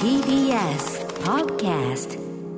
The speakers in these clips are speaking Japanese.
TBS Podcast。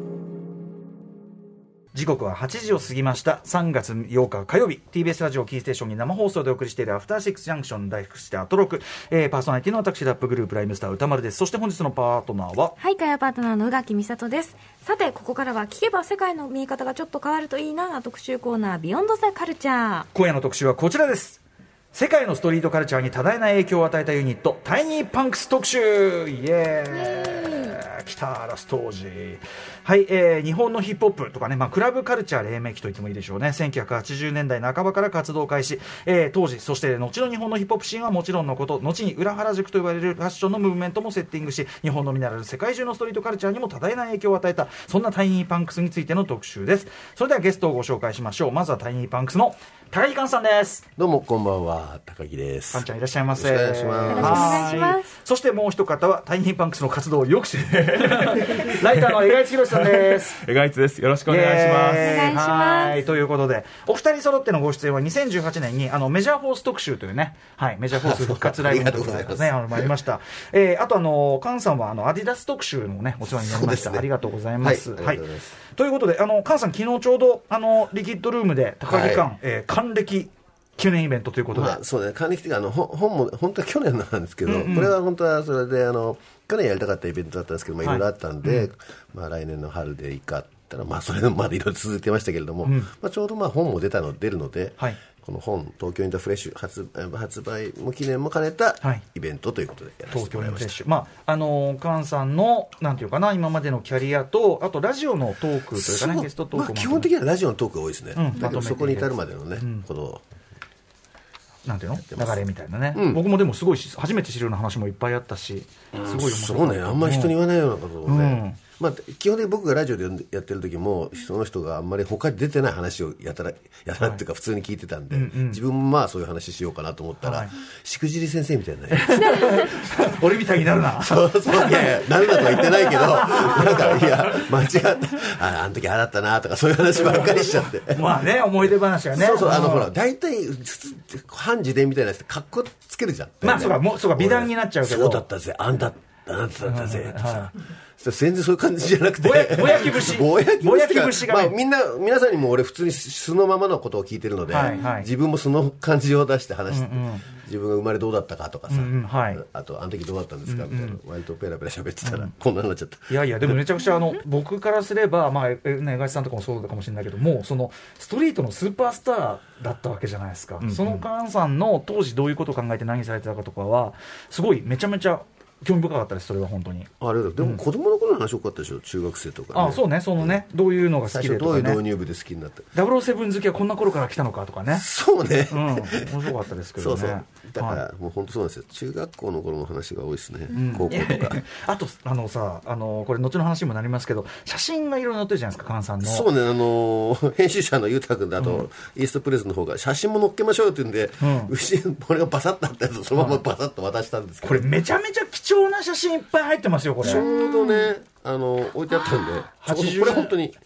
時刻は8時を過ぎました。3月8日火曜日、 TBS ラジオキーステーションに生放送でお送りしているアフターシックスジャンクション大福してアトロク、パーソナリティの私ラップグループライムスター歌丸です。そして本日のパートナーは、 はい、火曜パートナーの宇垣美里です。さて、ここからは聞けば世界の見え方がちょっと変わるといいな特集コーナー、ビヨンドザカルチャー。 今夜の特集はこちらです。世界のストリートカルチャーに多大な影響を与えたユニット、タイニーパンクス特集。イエーイ、来たラスト王子。はい、日本のヒップホップとかね、クラブカルチャー黎明期と言ってもいいでしょうね。1980年代半ばから活動開始、当時そして後の日本のヒップホップシーンはもちろんのこと、後に裏原宿と呼ばれるファッションのムーブメントもセッティングし、日本のみならず世界中のストリートカルチャーにも多大な影響を与えた、そんなタイニーパンクスについての特集です。それではゲストをご紹介しましょう。まずはタイニーパンクスの高木寛さんです。 どうもこんばんは、高木です。 寛ちゃんいらっしゃいませ。 よろしくお願いします。 よろしくお願いします。 そしてもう一方はタイニーパンクスの活動をよく知るライターの江川宏さんです。 江川です。よろしくお願いします。 お願いします。 はい、ということでお二人揃ってのご出演は2018年にメジャーフォース特集というね、はい、メジャーフォース復活ライブということでね、ありました。あと菅さんはアディダス特集のねお世話になりました、ね、ありがとうございます。はい、ということで菅さん、昨日ちょうどリキッドルームで高木寛、還暦記念イベントということで、 そうね、還暦というか本も本当は去年なんですけど、これは本当はそれで去年やりたかったイベントだったんですけど、いろいろあったんで、来年の春でいいかって言ったら、それでもまだいろいろ続いてましたけれども、ちょうど本も出るので、この本東京インターフレッシュ発売も記念も兼ねたイベントということでやらせてもらいました。 菅さんのなんていうかな、今までのキャリアと、あとラジオのトークというかね、ゲストトークも、 基本的にはラジオのトークが多いですね。だけどそこに至るまでのね、このなんていうの流れみたいなね、僕もでもすごい初めて知るような話もいっぱいあったし、すごい面白かった。 そうね、あんまり人に言わないようなことをね、基本的に僕がラジオでやってる時も、その人があんまり他に出てない話をやたらっていうか普通に聞いてたんで、自分もそういう話しようかなと思ったら、しくじり先生みたいな俺みたいになるな。 そういやなるなとは言ってないけど、なんかいや間違ったあの時ああだったなとか、そういう話ばっかりしちゃって思い出話がね。 そうほら大体半自伝みたいなやつってカッコつけるじゃん。 そうか美談になっちゃうけど、 そうだったぜ、あんただったぜとか、全然そういう感じじゃなくて、 ぼやき節が、 皆さんにも俺普通に素のままのことを聞いてるので、自分もその感じを出して話して、自分が生まれどうだったかとかさ、あとあの時どうだったんですかみたいな、割とペラペラ喋ってたらこんなになっちゃった。 いやでもめちゃくちゃ僕からすれば江頭さんとかもそうかもしれないけども、そのストリートのスーパースターだったわけじゃないですか。その菅さんの当時どういうことを考えて何されてたかとかはすごいめちゃめちゃ興味深かったです。それは本当にあれだ。でも子供の頃の話多かったでしょ、中学生とかね。 そうね、そのね、どういうのが好きでとかね、 最初どういう導入部で好きになった 007好きはこんな頃から来たのかとかね。 そうね、 面白かったですけどね。 そうだからもう本当そうなんですよ。中学校の頃の話が多いですね、高校とか。 あとこれ後の話にもなりますけど、写真がいろいろ載ってるじゃないですか、菅さんの。 そうね、編集者の裕太君だと、イーストプレスの方が写真も載っけましょうって言うんで、これがバサッとあったやつをそのままバサッと渡したんですけど、 これめちゃめちゃ貴重な写真いっぱい入ってますよ。これちょうどね置いてあったんで、これ本当に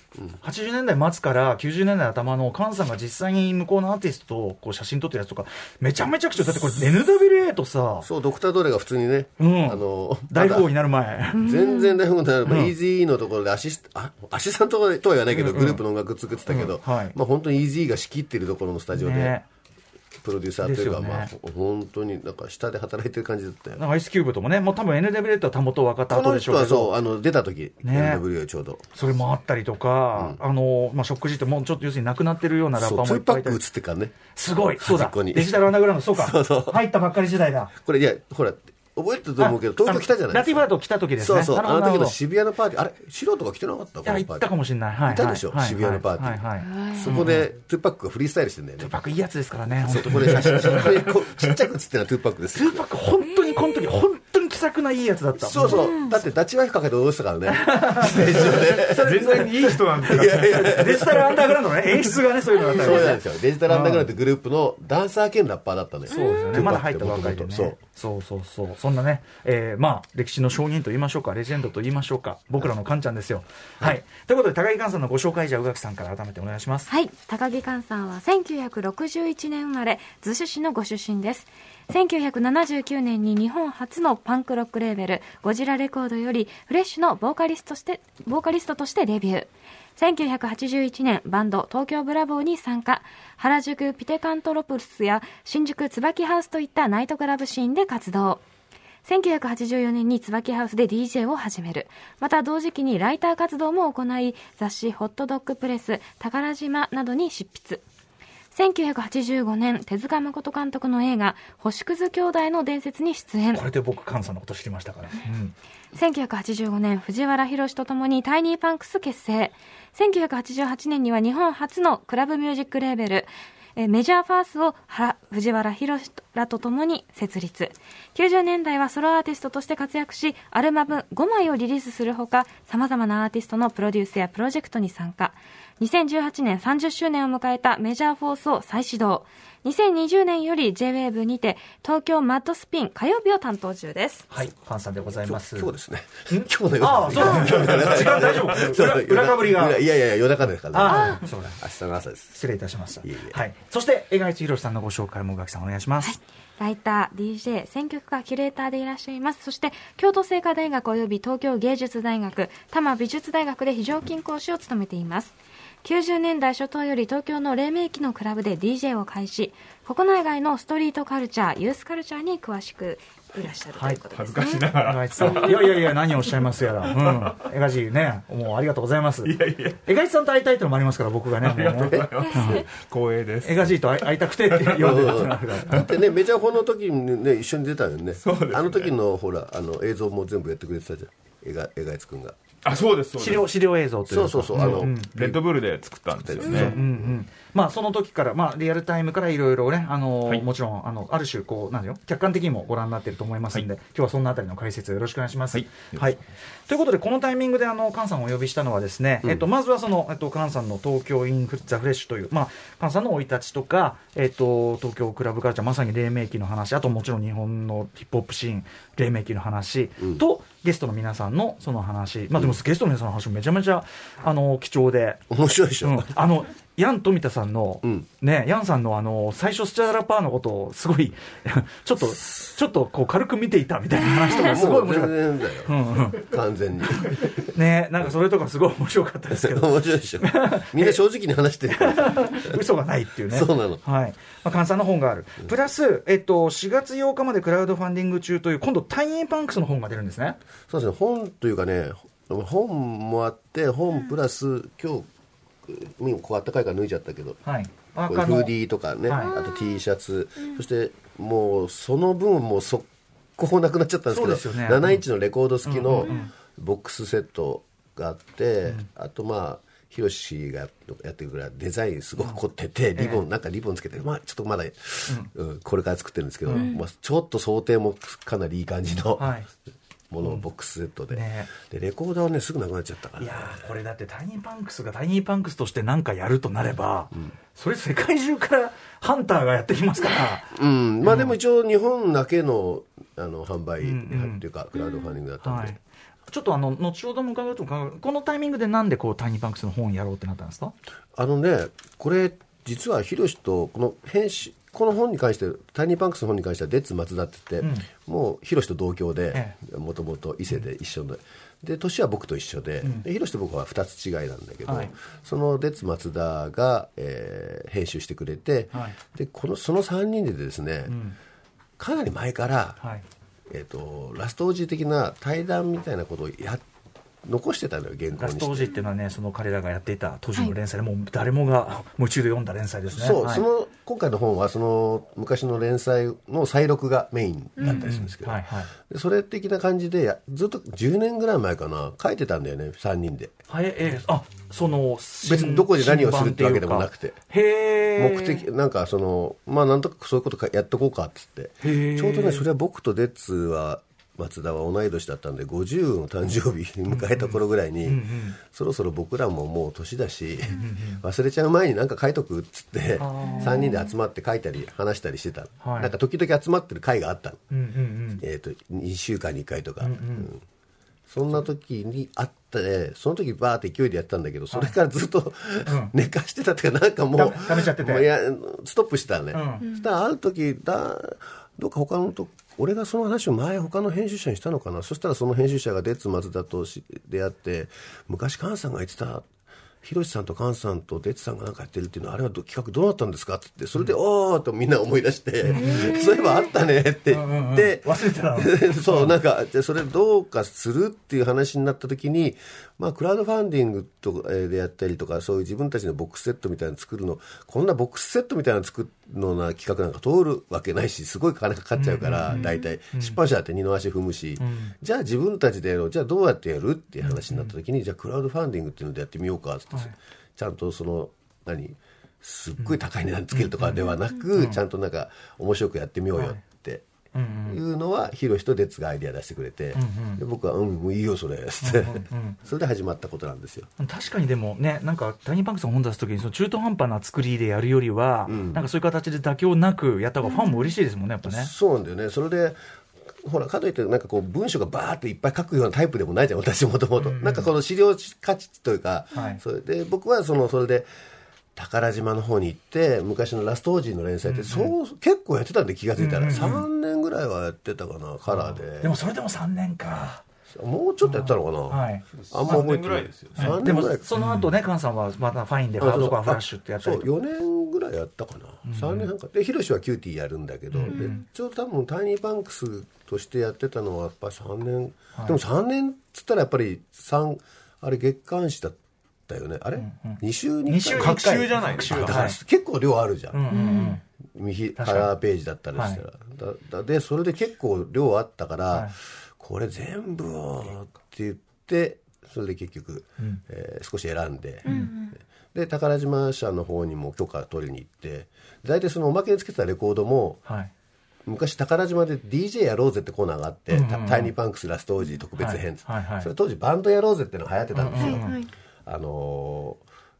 80年代末から90年代頭の菅さんが実際に向こうのアーティストとこう写真撮ってるやつとかめちゃめちゃ貴重だって。これ NWA とさ、 そうドクター・ドレが普通にね、 大富豪になる前、 全然大富豪になる前、イージーのところでアシスタントとは言わないけど、グループの音楽作ってたけど、本当にイージーが仕切ってるところのスタジオで、プロデューサーというか、本当になんか下で働いてる感じだったよ。 アイスキューブともね、もう多分 NWA とはたもと分かった後でしょうけど、 この人はそう出た時、NWA ちょうどそれもあったりとか、ショック時ってもうちょっと要するになくなってるようなラッパーもいっぱいいて、 2パック映ってからね、 すごい、そうだ、デジタルアンダーグラウンド、そうか、入ったばっかり時代だ。 これいやほら覚えてると思うけど、東京来たじゃないですか。 ラティバード来た時ですね。 そうあの時の渋谷のパーティー、あれ素人が来てなかった？ いや行ったかもしれない。 いたでしょ、渋谷のパーティー。そこでトゥーパックがフリースタイルしてるんだよね。 トゥーパックいいやつですからね。 そこで写真ちっちゃく写ってるのはトゥーパックです。 トゥーパック本当にこの時本当に気さくないいやつだった。 そうだってダッチワイフかけて踊ってたからね、ステージ上で。 全然いい人なんだよ。 デジタルアンダーグラウンドのね、演出がね、そういうのだったそうなんですよ。デジタルアンダーグラウンドってグループのダンサー兼ラッパーだったのよ。 そうですよね、まだ入ったばかりでね。 そうそんなね、まあ歴史の証人と言いましょうか、レジェンドと言いましょうか、僕らのカンちゃんですよ。はい、ということで高木寛さんのご紹介、じゃあ宇垣さんから改めてお願いします。 はい、高木寛さんは1961年生まれ、逗子市のご出身です。1979年に日本初のパンクロックレーベルゴジラレコードよりフレッシュのボーカリストとしてデビュー。1981年バンド東京ブラボーに参加。原宿ピテカントロプスや新宿椿ハウスといったナイトクラブシーンで活動。1984年に椿ハウスで DJ を始める。また同時期にライター活動も行い、雑誌ホットドッグプレス、宝島などに執筆。1985年、手塚誠監督の映画星屑兄弟の伝説に出演。 これで僕菅さんのこと知りましたから、 1985年、藤原宏とともにタイニーパンクス結成。1988年には日本初のクラブミュージックレーベルメジャーファースを藤原宏らとともに設立。90年代はソロアーティストとして活躍し、アルバム5枚をリリースするほか、様々なアーティストのプロデュースやプロジェクトに参加。2018年30周年を迎えたメジャーフォースを再始動。2020年より J-WAVE にて東京マッドスピン火曜日を担当中です。 はい、ファンさんでございます。 今日ですね。今日の夜。 ああ、そう時間大丈夫。裏かぶりが。 いや夜中ですから。 ああ、そうだ。 明日の朝です。 失礼いたしました。はい。そして江川宏さんのご紹介も宇垣さんお願いします。はい。 ライター、DJ、選曲家、キュレーターでいらっしゃいます。そして京都精華大学及び東京芸術大学、多摩美術大学で非常勤講師を務めています。90年代初頭より東京の黎明期のクラブで DJ を開始。国内外のストリートカルチャー、ユースカルチャーに詳しくいらっしゃるということですね。 恥ずかしながら。 いや何をおっしゃいますやら。江川氏ね、もうありがとうございます。江川さんと会いたいというのもありますから、僕がね。 ありがとうございます。光栄です。 江川氏と会いたくてって呼んでる。 だってね、メジャー4の時にね、一緒に出たよね。あの時のほら、映像も全部やってくれてたじゃん。江川君が。 あ、そうですそうです。 資料映像っていう。 そうレッドブルで作ったんですよね。 まあその時からまあリアルタイムからいろいろね、もちろんある種こうなんだよ、客観的にもご覧になっていると思いますので、今日はそのあたりの解説をよろしくお願いします。はい。ということでこのタイミングで菅さんをお呼びしたのはですね、まずはその菅さんの東京インザフレッシュというまあ菅さんの生い立ちとか東京クラブカルチャーまさに黎明期の話、あともちろん日本のヒップホップシーン黎明期の話とゲストの皆さんのその話、まあでもゲストの皆さんの話もめちゃめちゃ貴重で面白いでしょ。 ヤン富田さんの、ね、ヤンさんの最初スチャダラパーのことをすごいちょっとこう軽く見ていたみたいな話とかすごい面白かった。 全然だよ。完全に。 ね、なんかそれとかすごい面白かったですけど。 面白いでしょ。みんな正直に話してるから。 嘘がないっていうね。 そうなの。 はい。菅さんの本がある。プラス4月8日までクラウドファンディング中という今度タイニーパンクスの本が出るんですね。 そうですね。本というかね、本もあって本プラス今日こうあったかいから脱いじゃったけど、はい、こういうフーディーとかね、はい、あと T シャツ、そしてもうその分もう速攻なくなっちゃったんですけど、7インチのレコード付きのボックスセットがあって、あとまあヒロシがやってるぐらいデザインすごく凝ってて、リボンなんかリボンつけて、まあちょっとまだ、これから作ってるんですけど、まあ、ちょっと想定もかなりいい感じの、ものをボックスセットで、でレコーダーはねすぐなくなっちゃったから、ね、いやこれだってタイニーパンクスがタイニーパンクスとして何かやるとなれば、それ世界中からハンターがやってきますから、 まあでも一応日本だけの販売っていうかクラウドファンディングだったんで、 ちょっと後ほども伺うとこのタイミングでなんでこうタイニーパンクスの本をやろうってなったんですか？ これ実はヒロシとこの本に関してタイニーパンクスの本に関してはデッツ松田って言って、もうヒロシと同郷でもともと伊勢で一緒で年は僕と一緒で、ヒロシと僕は2つ違いなんだけど、そのデッツ松田が、編集してくれて、でその3人でですね、かなり前から、ラストオージー的な対談みたいなことを残してたのよ、原稿にして。 ラストオージーっていうのはね、その彼らがやっていた当時の連載で、もう誰もが夢中で読んだ連載ですね。 そう、今回の本はその昔の連載の再録がメインだったりするんですけど、それ的な感じでずっと10年ぐらい前かな書いてたんだよね、3人で。別にどこで何をするってわけでもなくて、目的なんかまあなんとかそういうことやっとこうかっつって、ちょうどねそれは僕とデッツは松田は同い年だったんで50の誕生日迎えた頃ぐらいに、そろそろ僕らももう年だし、忘れちゃう前に何か書いとくっつって3人で集まって書いたり話したりしてた、なんか時々集まってる会があったの、2週間に1回とか、そんな時にあって、その時バーって勢いでやったんだけど、それからずっと、寝かしてたっていうか、なんかもうダメちゃってて、 いやストップしてたね、そしたらある時どっか他の俺がその話を前他の編集者にしたのかな。そしたらその編集者がデッツ松田と出会って、昔菅さんが言ってたひろしさんと菅さんとデッツさんがなんかやってるっていうのは、あれは企画どうなったんですかって言って、それでおーっとみんな思い出して、そういえばあったねって言って、 忘れてたのそう、なんかじゃあそれどうかするっていう話になった時に、まあ、クラウドファンディングとかでやったりとか、そういう自分たちのボックスセットみたいなの作るの、こんなボックスセットみたいなの作るのな企画なんか通るわけないし、すごい金かかっちゃうから、大体出版社だって二の足踏むし、じゃあ自分たちでやろう、じゃあどうやってやるっていう話になった時に、じゃあクラウドファンディングっていうのでやってみようかって、ちゃんとそのすっごい高い値段つけるとかではなく、ちゃんとなんか面白くやってみようよっていうのはヒロシとデッツがアイデア出してくれて、で僕はもういいよそれって、それで始まったことなんですよ。 確かにでもね、なんかタイニーパンクさん本出す時にその中途半端な作りでやるよりは、なんかそういう形で妥協なくやった方がファンも嬉しいですもんね、やっぱね。 そうなんだよね。それでほらかといってなんかこう文章がバーっていっぱい書くようなタイプでもないじゃん、私もともと。なんかこの資料価値というか、それで僕はそれで宝島の方に行って昔のラストオージーの連載って、結構やってたんで、気が付いたら3年ぐらいはやってたかな、カラーで。 でもそれでも3年か。 もうちょっとやったのかな、あんま覚えてないですよ。3年ぐらい。 でもその後ね、菅さんはまたファインでハードコアフラッシュってやったりとか。 そう、4年ぐらいやったかな、3年半か。でヒロシはキューティーやるんだけど、ちょうど多分タイニーパンクスとしてやってたのはやっぱり3年、でも3年っつったらやっぱりあれ月刊誌だったよね、あれ、2週に1回隔週じゃないですか。 だから結構量あるじゃん、カラーページだったりしたら、でそれで結構量あったから、これ全部をって言って、それで結局、少し選んで、で宝島社の方にも許可取りに行って、大体そのおまけにつけてたレコードも、昔宝島で DJ やろうぜってコーナーがあって、タイニーパンクスラストオージー特別編、それ当時バンドやろうぜっていうのが流行ってたんですよ。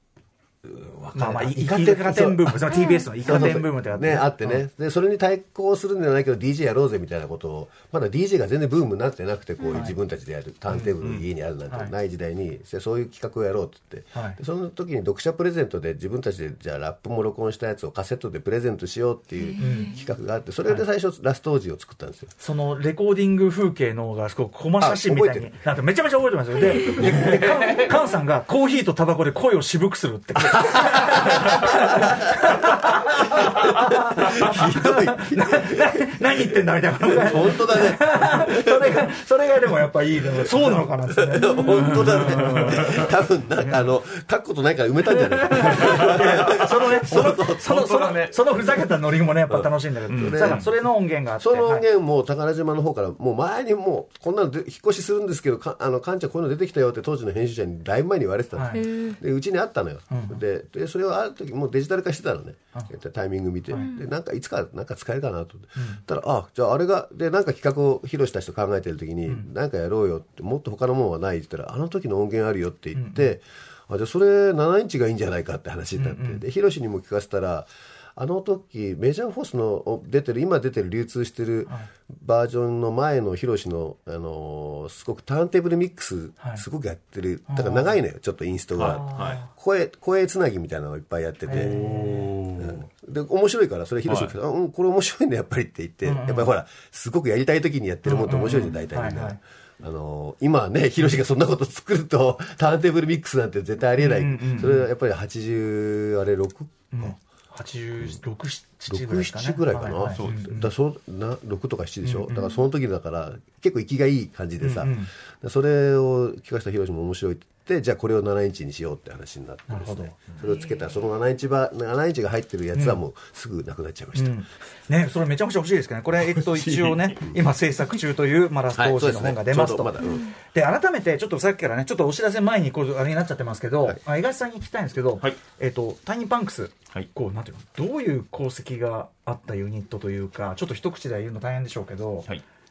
イカ天ブーム、TBS のイカ天ブームってあってね、でそれに対抗するんじゃないけど DJ やろうぜみたいなことを、まだ DJ が全然ブームになってなくて、こういう自分たちでやるターンテーブル家にあるなんてない時代に、そういう企画をやろうって言って、その時に読者プレゼントで自分たちでじゃあラップも録音したやつをカセットでプレゼントしようっていう企画があって、それで最初ラストオージーを作ったんですよ。 そのレコーディング風景のがコマ写真みたいになんかめちゃめちゃ覚えてますよ。で菅さんがコーヒーとタバコで声を渋くするってひどい何言ってんだみたいな。 本当だねそれがでもやっぱいいの、そうなのかなってね。 本当だね。多分なんか書くことないから埋めたんじゃないか。 そのふざけたノリもねやっぱ楽しいんだけど、それの音源があって、 その音源も宝島の方からもう前にもうこんなの引っ越しするんですけど、カンちゃんこういうの出てきたよって当時の編集者にだいぶ前に言われてたんですよ。でうちにあったのよ。でそれをある時もうデジタル化してたのね、タイミング見て、でなんかいつかなんか使えるかなと思って、たらじゃああれがでなんか企画を広した人考えてる時に、なんかやろうよって、もっと他のものはないって言ったら、あの時の音源あるよって言って、じゃあそれ7インチがいいんじゃないかって話になって、で広にも聞かせたら、あの時メジャーフォースの今出てる流通してるバージョンの前のヒロシの、すごくターンテーブルミックスすごくやってる、だから長いのよ、ちょっとインストが、声つなぎみたいなのをいっぱいやってて、で面白いから、それヒロシがこれ面白いねやっぱりって言って、やっぱりほらすごくやりたい時にやってるもんって面白いじゃん大体みんな。今ねヒロシがそんなこと作るとターンテーブルミックスなんて絶対ありえない、それはやっぱり86か、 86、 7ぐらいかな、6とか7でしょ、だからその時だから結構生きがいい感じでさ、それを聞かせたヒロシも面白いって言って、じゃあこれを7インチにしようって話になってですね、それをつけたらその7インチが入ってるやつはもうすぐなくなっちゃいました、 ね、それめちゃくちゃ欲しいですけどね、これ一応ね今制作中というラストオージーの本が出ますと、で改めてちょっとさっきからねちょっとお知らせ前にあれになっちゃってますけど、五十嵐さんに聞きたいんですけど、タイニーパンクス、なんていうの、どういう功績があったユニットというか、ちょっと一口では言うの大変でしょうけど、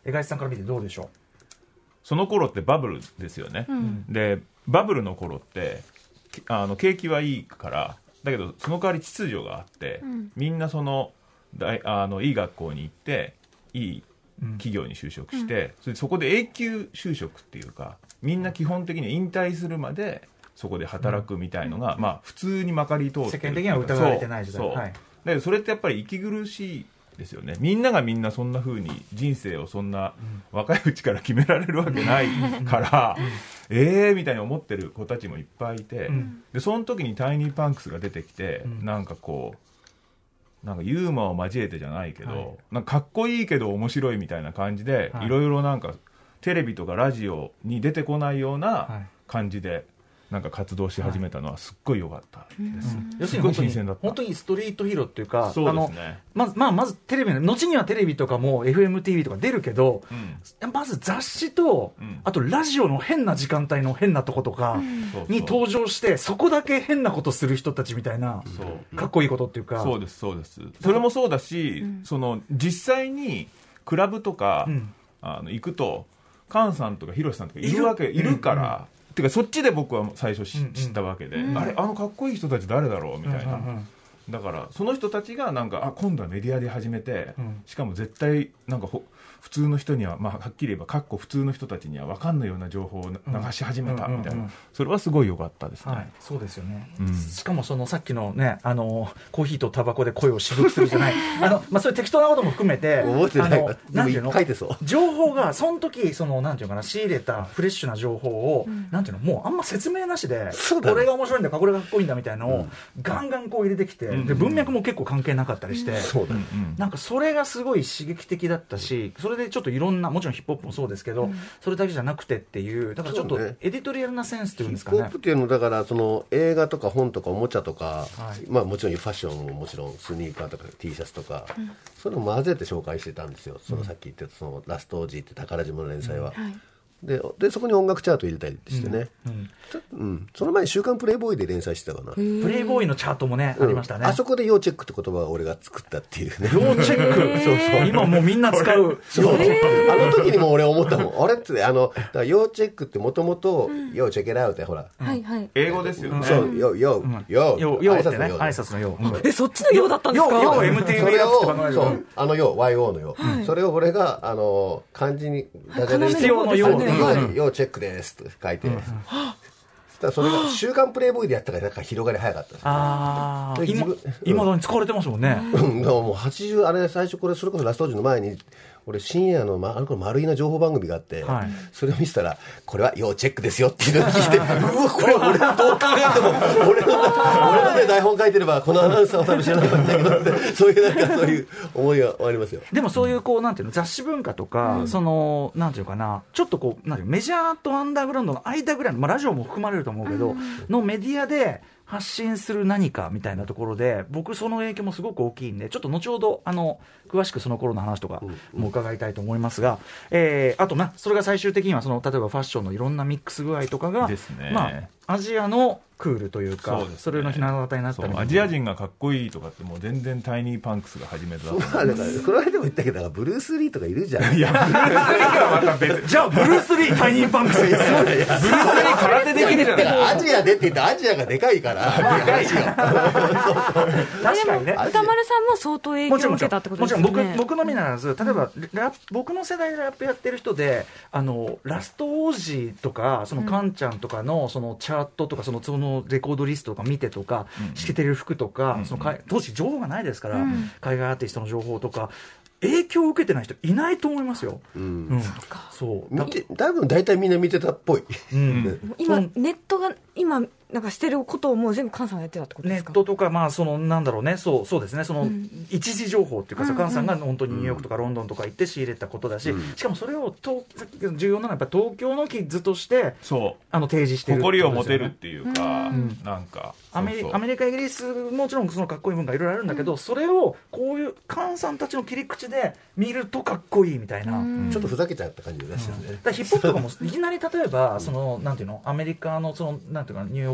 江頭さんから見てどうでしょその頃ってバブルですよね、でバブルの頃って景気はいいからだけどその代わり秩序があって、みんなそのいい学校に行っていい企業に就職して、そこで永久就職っていうかみんな基本的に引退するまでそこで働くみたいのが、まあ、普通にまかり通ってる、 世間的には疑われてない時代。 そう、はい、だけどそれってやっぱり息苦しいですよね。みんながみんなそんな風に人生をそんな若いうちから決められるわけないからみたいに思ってる子たちもいっぱいいて、でその時にタイニーパンクスが出てきて、なんかこうなんかユーモアを交えてじゃないけど、なんかかっこいいけど面白いみたいな感じで、いろいろなんかテレビとかラジオに出てこないような感じでなんか活動し始めたのはすっごい良かったです、 要するに本当にストリートヒーローっていうか、 そうですね、 まずテレビの後にはテレビとかも FMTV とか出るけど、まず雑誌と、あとラジオの変な時間帯の変なとことかに登場して、そこだけ変なことする人たちみたいな、かっこいいことっていうか、 そうですそうです。それもそうだし、その実際にクラブとか、行くと菅さんとか広瀬さんとかいるから、てかそっちで僕は最初知ったわけで、あれかっこいい人たち誰だろうみたいな、だからその人たちがなんか今度はメディアで始めて、しかも絶対なんか普通の人には、はっきり言えばかっこ普通の人たちには分かんないような情報を流し始めたみたいな、それはすごい良かったですね、 そうですよね、しかもそのさっきのねコーヒーとタバコで声を渋くするじゃないそういう適当なことも含めて覚えてないわ、 なんていうの書いてそう、 情報がその時なんていうかな、仕入れたフレッシュな情報を、なんていうの、もうあんま説明なしで、これが面白いんだこれがかっこいいんだみたいなのを、ガンガンこう入れてきて、で文脈も結構関係なかったりして、なんかそれがすごい刺激的だったし、それでちょっといろんな、もちろんヒップホップもそうですけど、それだけじゃなくてっていう、だからちょっとエディトリアルなセンスっていうんですかね。 ヒップホップっていうのだからその映画とか本とかおもちゃとか、もちろんファッションももちろんスニーカーとか T シャツとか、そういうのを混ぜて紹介してたんですよ。そのさっき言ってたそのラストオージーって宝島の連載は。でそこに音楽チャート入れたりしてね、その前に週刊プレイボーイで連載してたかな。 プレイボーイのチャートもね、ありましたね。 あそこで要チェックって言葉を俺が作ったっていうね。 要チェックそう今もうみんな使う。 あの時にも俺思ったもん。あれってだから要チェックってもともと要チェックラウってほら、 英語ですよね。 そう要挨拶の要。 そっちの要だったんですか。 要 MTV だって考える。 そう要 YO の要。それを俺が漢字にダジャレ必要の要要チェックですって書いて、それが週刊プレイボーイでやったからなんか広がり早かったですね。 今のに使われてますもんね。 もう80あれ最初これそれこそラストオージの前に俺深夜の丸いな情報番組があって、それを見せたらこれは要チェックですよっていうのを聞いてうわこれ俺のどう考えても俺のね台本書いてればこのアナウンサーは多分知らなかったけどってそういう思いがありますよ。 でもそういうなんていうの雑誌文化とか、なんていうかな、ちょっとなんていうメジャーとアンダーグラウンドの間ぐらいの、ラジオも含まれると思うけど、のメディアで発信する何かみたいなところで、僕その影響もすごく大きいんで、ちょっと後ほど詳しくその頃の話とかも伺いたいと思いますが、あとそれが最終的には例えばファッションのいろんなミックス具合とかが、アジアのクールというか、それのひな形になったり、 アジア人がかっこいいとかってもう全然タイニーパンクスが初めてだった。 この間も言ったけどブルース・リーとかいるじゃん。 いやブルース・リーはまた別。 じゃあブルース・リータイニーパンクスですよ。ブルース・リー空手できるじゃない。 アジアでって言ったらアジアがでかいからでかいよ。確かにね。 歌丸さんも相当影響を受けたってことですよね。 もちろん僕のみならず、例えば僕の世代でラップやってる人でラストオージーとかそのカンちゃんとかのそのチャートとかそのレコードリストとか見てとかしててる服とか、当時情報がないですから、海外アーティストの情報とか影響を受けてない人いないと思いますよ。そう多分大体みんな見てたっぽい。 今ネットが今なんかしてることをもう全部菅さんがやってたってことですか。 ネットとかなんだろうね、そうですね、一時情報っていうか、菅さんが本当にニューヨークとかロンドンとか行って仕入れたことだし、しかもそれをさっき重要なのはやっぱ東京のキッズとして提示してる、 誇りを持てるっていうか、なんかアメリカイギリスもちろんそのかっこいい文化いろいろあるんだけど、それをこういう菅さんたちの切り口で見るとかっこいいみたいな、 ちょっとふざけちゃった感じで出してるね。 ヒップホップとかもいきなり例えばなんていうの、アメリカのなんていうかニューヨーク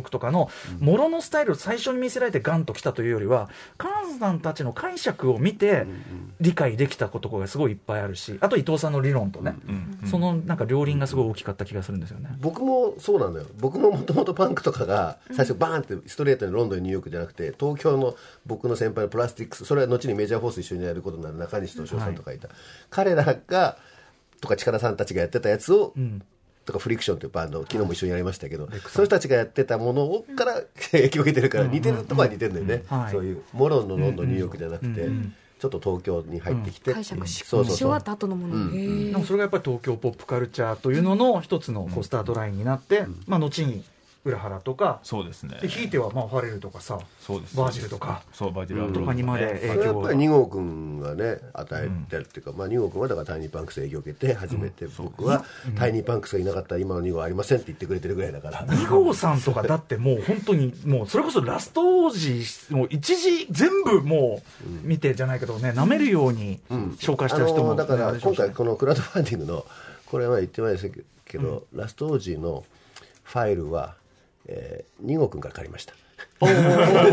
曲とかのもろのスタイルを最初に見せられてガンときたというよりは、菅さんたちの解釈を見て理解できたことがすごいいっぱいあるし、あと伊藤さんの理論とね、そのなんか両輪がすごい大きかった気がするんですよね。 僕もそうなのよ。僕ももともとパンクとかが最初バーンってストレートにロンドンニューヨークじゃなくて、東京の僕の先輩のプラスティックス、それは後にメジャーフォース一緒にやることになる中西俊夫さんとかいた、彼らがとか力さんたちがやってたやつを、とかフリクションというバンド昨日も一緒にやりましたけど、その人たちがやってたものから影響を受けてるから似てるとこは似てるんだよね、そういうモロンのロンドンニューヨークじゃなくて、ちょっと東京に入ってきて、 解釈し終わった後のもの、 でもそれがやっぱり東京ポップカルチャーというのの一つのこうスタートラインになって、まあ、後に浦原とか、 そうですね、 ひいてはまあファレルとかさ、 そうですバージルとか、 そうバージルとかにまでそれはやっぱり2号君がね与えてるっていうか、まあ、2号君はだからタイニーパンクス影響を受けて初めて、僕はタイニーパンクスがいなかったら今の2号はありませんって言ってくれてるぐらいだから、 2号さんとかだってもう本当にもうそれこそラスト王子もう一時全部もう見てじゃないけどね、舐めるように紹介してる人も、 だから今回このクラウドファンディングのこれは言ってましたけど、ラスト王子のファイルは2号君から借りました。 持って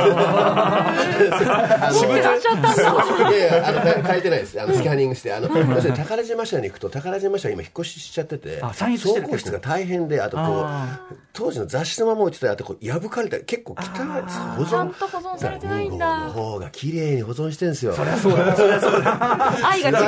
らっしゃったんだ。 いやいや書いてないです。スキャニングして宝島社に行くと、宝島社は今引っ越ししちゃってて、倉庫室が大変で、あとこう当時の雑誌のまま置いてたり、あとこう破かれたり結構汚い、保ちゃんと保存されてないんだ。 2号の方が綺麗に保存してるんですよ。 そりゃそうだ、そりゃそうだ。 愛が違う。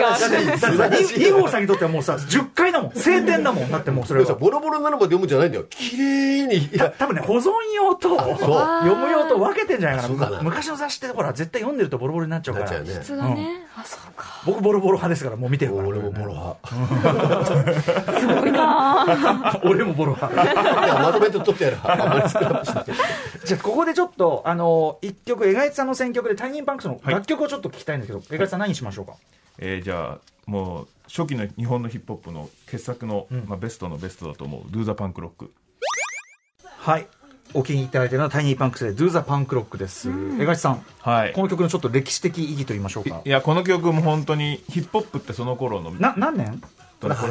2号さんにとってはもうさ10回だもん、晴天だもん。だってもうそれはボロボロになるまで読むんじゃないんだよ、綺麗に。 多分ね、保存用と読む用と分けてんじゃないかな。昔の雑誌ってほら絶対読んでるとボロボロになっちゃうから、 質がね、あ、そうか。 僕ボロボロ派ですから、もう見てるから。 俺もボロ派。 すごいな。 俺もボロ派。 まとめて取ってやる。 じゃあここでちょっと一曲、江頭さんの選曲でタイニーパンクスの楽曲をちょっと聞きたいんですけど、江頭さん何しましょうか。 じゃあもう初期の日本のヒップホップの傑作の、ベストのベストだと思うDo the Punk Rock。 はい、お聴きいただいているのはタイニーパンクスで Do the Punk Rock です。江頭さん、 はい、 この曲のちょっと歴史的意義と言いましょうか。 いや、この曲も本当にヒップホップってその頃の何年これ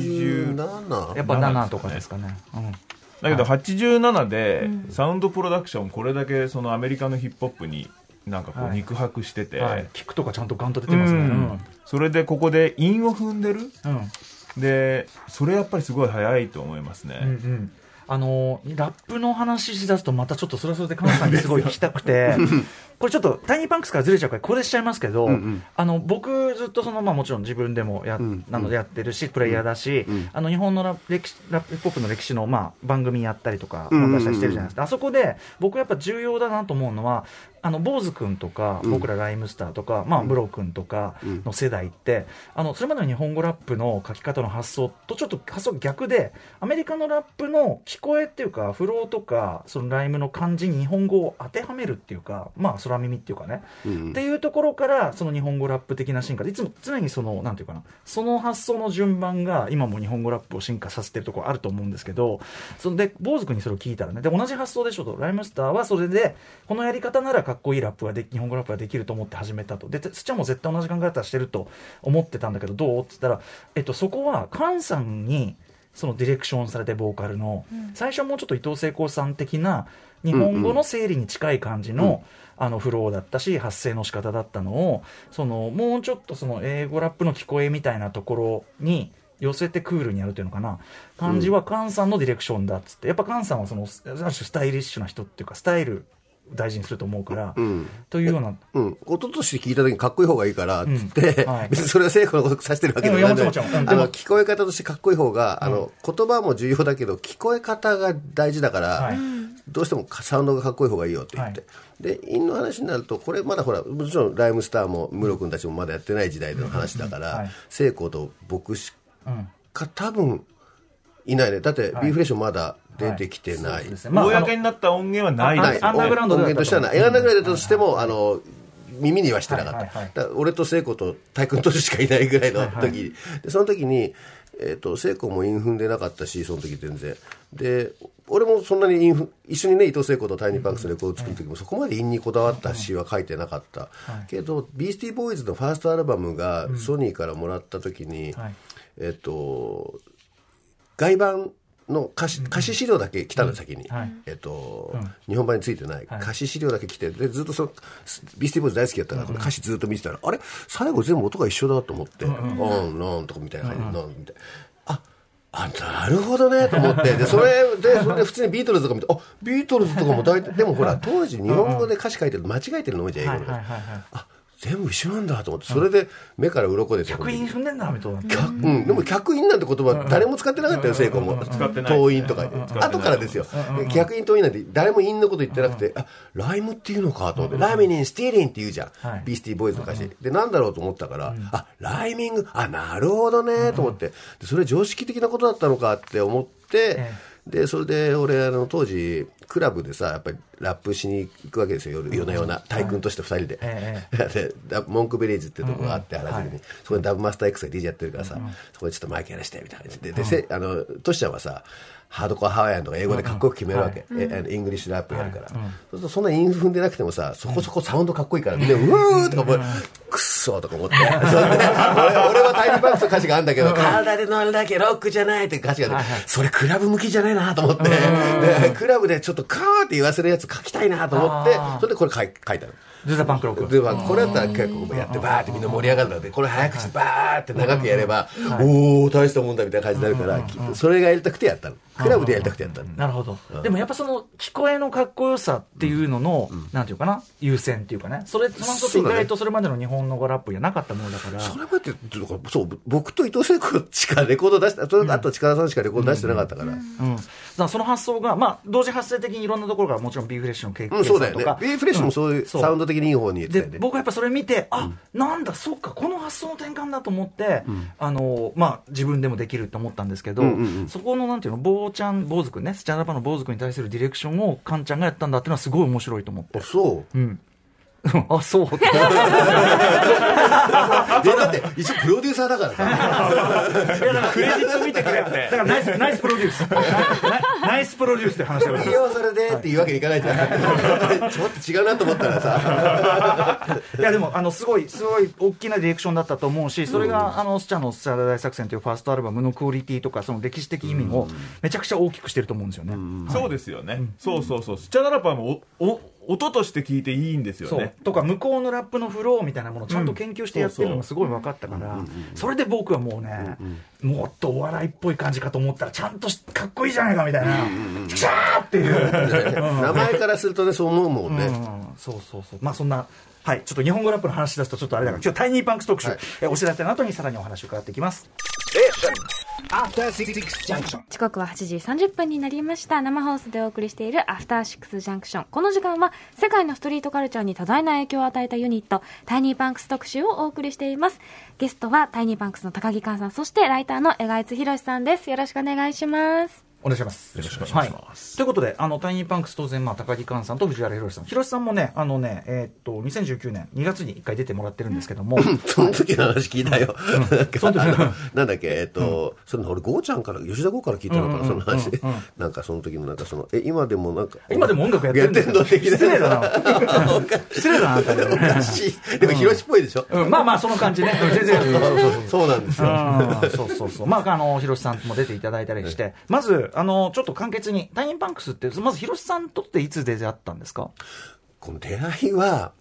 87 やっぱ7とかですかね、 だけど87でサウンドプロダクションこれだけそのアメリカのヒップホップになんかこう肉薄してて、 キックとかちゃんとガンと出てますね、 それでここで韻を踏んでる、でそれやっぱりすごい早いと思いますね、 ラップの話しだすとまたちょっとそれはそれで菅さんにすごい聞きたくてこれちょっとタイニーパンクスからずれちゃうからここでしちゃいますけど、僕ずっともちろん自分でもなのでやってるし、プレイヤーだし、日本のラップポップの歴史の番組やったりとか出したりしてるじゃないですか。あそこで僕やっぱ重要だなと思うのは坊主君とか僕らライムスターとか、ブロ君とかの世代って、それまでの日本語ラップの書き方の発想とちょっと発想逆で、アメリカのラップの聞こえっていうかフローとかそのライムの感じに日本語を当てはめるっていうか、空耳っていうかね、っていうところからその日本語ラップ的な進化でいつも常にそのなんていうかな、その発想の順番が今も日本語ラップを進化させてるところあると思うんですけど、それで坊主君にそれを聞いたらね、で同じ発想でしょと、ライムスターはそれでこのやり方ならかっこいいラップが日本語ラップができると思って始めたと。で土屋も絶対同じ考え方してると思ってたんだけどどうって言ったら、そこは菅さんにそのディレクションされてボーカルの、最初はもうちょっと伊藤聖子さん的な日本語の整理に近い感じの、フローだったし発声の仕方だったのを、もうちょっとその英語ラップの聞こえみたいなところに寄せてクールにやるというのかな感じは菅さんのディレクションだっつって、やっぱ菅さんはある種スタイリッシュな人っていうかスタイル大事にすると思うから、というような、 音として聞いた時にかっこいい方がいいからっつって、別にそれは聖子のこと指してるわけではない、聞こえ方としてかっこいい方が、言葉も重要だけど聞こえ方が大事だから、どうしてもサウンドがかっこいい方がいいよって言って、で韻の話になると、これまだほらもちろんライムスターもムロ君たちもまだやってない時代での話だから、聖子と僕しか多分いないね。だってビーフレッシュまだ出てきてない、 公になった音源はないです。 アンダーグラウンド音源としてはない。アンダーグラウンドとしても耳にはしてなかった。だから俺と聖子と太君としかいないぐらいの時、でその時に聖子も韻踏んでなかったし、その時全然で、俺もそんなに一緒にね伊藤聖子とタイニーパンクスのレコード作る時もそこまで韻にこだわった詩は書いてなかった、けどビースティーボーイズのファーストアルバムがソニーからもらった時に、外版の歌詞資料だけ来たの先に、日本版についてない歌詞資料だけ来て、でずっとビースティーボーイズ大好きだったから、歌詞ずっと見てたら、あれ最後全部音が一緒だと思って、なんとかみたいな感じで、なんみたいな、なるほどねと思って、でそれで普通にビートルズとか見て、ビートルズとかも大体でもほら当時日本語で歌詞書いてると間違えてるの多いじゃん、英語で。全部一緒なんだと思って、それで目から鱗ですよ。 客員踏んでんだみたいな。 でも客員なんて言葉誰も使ってなかったよ、聖子も。党員とか後からですよ。客員党員なんて誰も員のこと言ってなくて、ライムっていうのかと思って、ライミングスティーリンって言うじゃん、ビースティーボーイズの歌詞で。なんだろうと思ったから、ライミング、なるほどねと思って、それ常識的なことだったのかって思って、でそれで俺当時クラブでさ、やっぱりラップしに行くわけですよ、夜な夜な、大君として2人で、でモンクベリーズっていうところがあって、原宿に、そこにダブマスター X が DJ やってるからさ、そこでちょっとマイクやらしてみたいな感じで、トシちゃんはさハードコアハワイアンとか英語でかっこよく決めるわけ、イングリッシュラップやるから、そうするとそんな韻踏んでなくてもさ、そこそこサウンドかっこいいから、みんなうーとかもうクッソーとか思って俺はタイニーパンクスの歌詞があるんだけど、体で乗るだけロックじゃないって歌詞があって、それクラブ向きじゃないなと思って、クラブでちょっとカーって言わせるやつ書きたいなと思って、それでこれ書いたの。 ドゥザパンクロック。 これだったら結構やってバーってみんな盛り上がるので、これ早口バーって長くやれば、おー大したもんだみたいな感じになるから、それがやりたくてやったの。クラブでやりたくてやったの。 なるほど。でもやっぱその聞こえのかっこよさっていうのの、なんていうかな、優先っていうかね、その時意外とそれまでの日本の語ラップじゃなかったものだから。 それまでそう僕と伊藤聖子しかレコード出して、あと力さんしかレコード出してなかったから。だからその発想が同時発生的にいろんなところから、もちろんビーフレッシュの経験そうだよね。ビーフレッシュもそういうサウンド的にいい方に言ってたよね。 で僕はやっぱそれ見て、なんだそうかこの発想の転換だと思って、自分でもできると思ったんですけど、そこのなんていうの、坊主くんね、スチャダパの坊主くんに対するディレクションをカンちゃんがやったんだっていうのはすごい面白いと思って。 そう。 そうってだって一応プロデューサーだからさクレジット見てくれってだからナイスプロデュースナイスプロデュースって話だから、 いやそれでっていうわけにいかないじゃんちょっと違うなと思ったらさいやでもすごい大きなディレクションだったと思うし、それがスチャのスチャダ大作戦というファーストアルバムのクオリティとかその歴史的意味をめちゃくちゃ大きくしてると思うんですよね。 そうですよね。そうスチャダラッパーも音として聞いていいんですよね。 とか向こうのラップのフローみたいなものをちゃんと研究してやってるのがすごい分かったから、それで僕はもうね、もっとお笑いっぽい感じかと思ったらちゃんとかっこいいじゃないかみたいな、シャーっていう名前からするとねそう思うもんね。 そうそんな、はい、ちょっと日本語ラップの話出すとちょっとあれだから今日タイニーパンクス特集、お知らせの後にさらにお話を伺っていきます。 時刻は8時30分になりました。生放送でお送りしているアフターシックスジャンクション。この時間は世界のストリートカルチャーに多大な影響を与えたユニットタイニーパンクス特集をお送りしています。ゲストはタイニーパンクスの高木寛さん、そしてライターの江賀津博さんです。よろしくお願いします。 お願いします。 よろしくお願いします。 ということで、タイニーパンクス当然、高木寛さんと藤原宏さん。宏さんもね、2019年2月に1回出てもらってるんですけども。 その時の話聞いたよ。なんだっけ、それ俺、ゴーちゃんから、吉田剛から聞いたのかな、その話。なんかその時の、今でも音楽やってんの的な。 失礼だな。失礼だな、 でも、広しっぽいでしょ。 その感じね。全然。 そうなんですよ。 そう。宏さんも出ていただいたりして、まず、ちょっと簡潔にタイニーパンクスってまず広瀬さんにとっていつ出会ったんですか？ この出会いは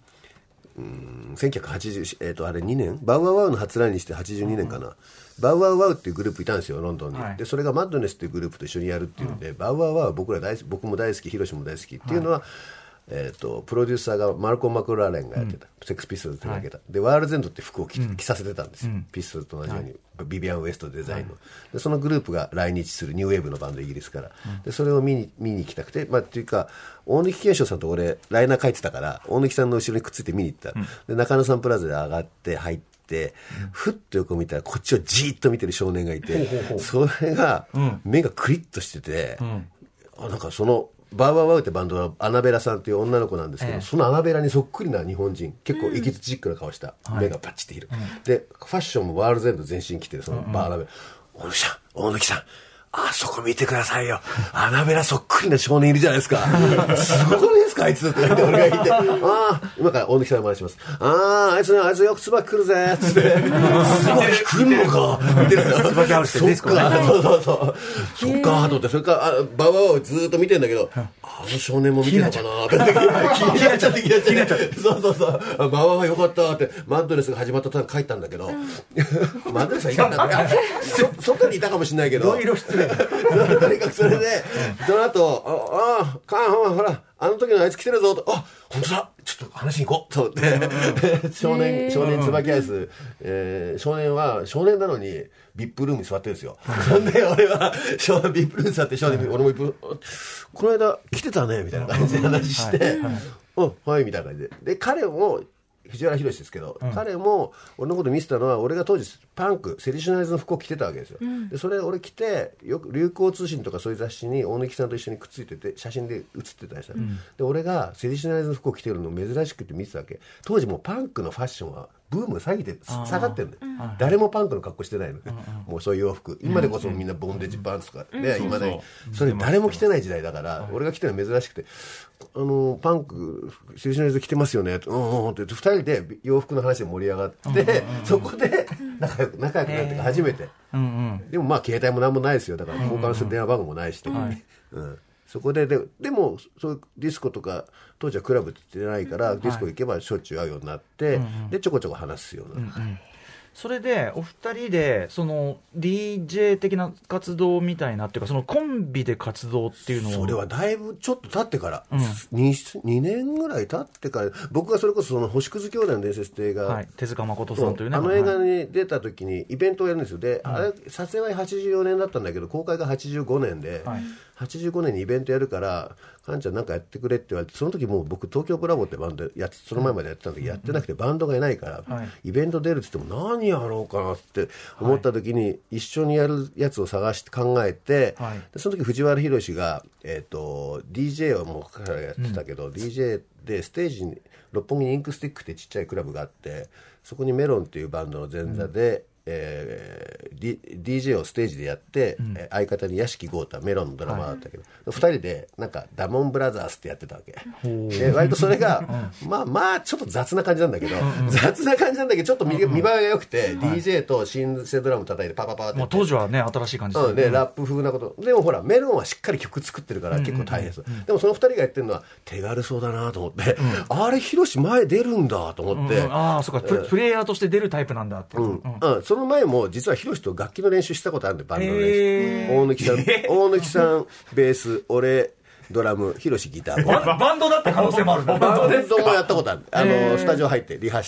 1980あれ2年バウワウワウの初来日して82年かな、バウワウワウっていうグループいたんですよロンドンに、でそれがマッドネスっていうグループと一緒にやるっていうんで、バウワウワウ僕も大好き、広瀬も大好きっていうのは、プロデューサーがマルコム・マクラーレンがやってた、セックスピストルズ手掛けた、でワールズエンドって服を着させてたんですよ、ピストルズと同じように、ビビアン・ウエストデザインの、でそのグループが来日するニューウェーブのバンドイギリスから、でそれを見に行きたくて、っていうか大貫健章さんと俺ライナー書いてたから大貫さんの後ろにくっついて見に行った、で中野サンプラザで上がって入ってふっと横見たらこっちをじーっと見てる少年がいて、それが目がクリッとしてて、なんかそのバウワウワウってバンドはアナベラさんっていう女の子なんですけど、そのアナベラにそっくりな日本人、結構エキゾチックな顔した、目がパッチって広い、でファッションもワールドエンド全身着てるそのバーナベラ、大貫さんあそこ見てくださいよ、アナベラそっくりな少年いるじゃないですかすごくないですかあいつって言って俺が言って、ああ、今から大貫さんの話します。ああ、あいつよく椿来るぜつって、椿来んのかみたいな。 椿ハウスでディスコね。 そっかと思って、それからババアをずーっと見てんだけど、あの少年も見てるのかなって気になっちゃってそうババアはよかったってマッドネスが始まった途端帰ったんだけど、マッドネスはいたんだね。外にいたかもしれないけど、 いろいろ失礼。 とにかくそれでその後ほらあの時のあいつ来てるぞと、あ、本当だ、ちょっと話に行こうと思って少年椿アイス、少年なのにビップルームに座ってるんですよ。そんで俺はビップルームに座って俺もこの間来てたねみたいな感じで話して、はいみたいな感じで彼も藤原宏ですけど、彼も俺のこと見せたのは、俺が当時パンクセディショナリズの服を着てたわけですよ、でそれ俺着てよく流行通信とかそういう雑誌に大貫さんと一緒にくっついてて写真で写ってたりした、で俺がセディショナリズの服を着てるの珍しくて見てたわけ。当時もうパンクのファッションはブーム下がってるんだよ、誰もパンクの格好してないの、もうそういう洋服今でこそみんなボンデージパンツとかで、今でそれ誰も着てない時代だから、俺が着てるの珍しくて、パンクセディショナリズ着てますよねって2人で洋服の話で盛り上がって、そこで仲良くなって初めて、でもまあ携帯も何もないですよ、だから交換する電話番号もないしとか、そこででもそういうディスコとか当時はクラブって言ってないから、ディスコ行けばしょっちゅう会うようになって、でちょこちょこ話すような、 それでお二人でその DJ 的な活動みたいなっていうか、そのコンビで活動っていうのを、 それはだいぶちょっと経ってから、2年ぐらい経ってから、僕がそれこそその星屑兄弟の伝説って映画、 手塚誠さんというね、 映画に出た時にイベントをやるんですよ。で、あれ撮影は84年だったんだけど公開が85年で、85年にイベントやるからカンちゃんなんかやってくれって言われて、その時もう僕東京ブラボーってバンドその前までやってた時やってなくて、バンドがいないから、イベント出るって言っても何やろうかなって思った時に、一緒にやるやつを探して考えて、でその時藤原宏が、DJ はもう彼らやってたけど、DJ でステージに六本木にインクスティックってちっちゃいクラブがあって、そこにメロンっていうバンドの前座で、DJ をステージでやって、相方に屋敷豪太メロンのドラマだったけど、2人でなんかダモンブラザーズってやってたわけで、割とそれがまあちょっと雑な感じなんだけど、ちょっと見栄えが良くて、DJ とシンセドラム叩いてパパパって、 当時はね新しい感じでラップ風なこと。でもほらメロンはしっかり曲作ってるから結構大変です、でもその2人がやってるのは手軽そうだなと思って、あれヒロシ前出るんだと思って、 そうか、プレイヤーとして出るタイプなんだって、 その前も実はヒロシと楽器の練習したことあるんで、バンドの練習、大貫さんベース、俺ドラム、ヒロシギター、 バンドだって可能性もある。 バンドもやったことある、スタジオ入ってリハした、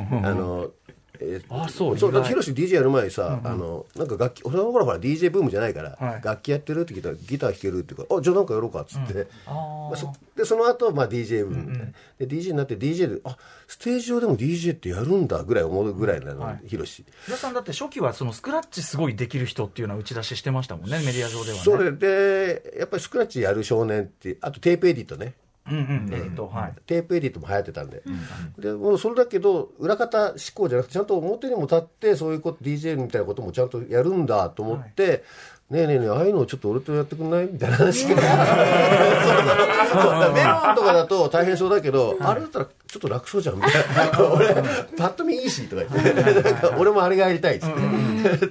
そうだってヒロシ DJ やる前にさ、なんか楽器、俺はほら DJ ブームじゃないから、楽器やってるって聞いたらギター弾けるっていうから、じゃあなんかやろうかっつって、でその後DJ ブームで DJ になって、 DJ でステージ上でも DJ ってやるんだぐらい思うぐらいなの、ヒロシ皆さんだって初期はそのスクラッチすごいできる人っていうのは打ち出ししてましたもんね、メディア上ではね。 それでやっぱりスクラッチやる少年って、あとテープエディットね、テープエディットも流行ってたんで、でもうそれだけど裏方思考じゃなくて、ちゃんと表にも立ってそういうこと DJ みたいなこともちゃんとやるんだと思って、ねえああいうのをちょっと俺とやってくんないみたいな話がメロンとかだと大変そうだけど、あれだったらちょっと楽そうじゃんみたいな俺パッと見いいしとか言って俺もあれがやりたいっつって、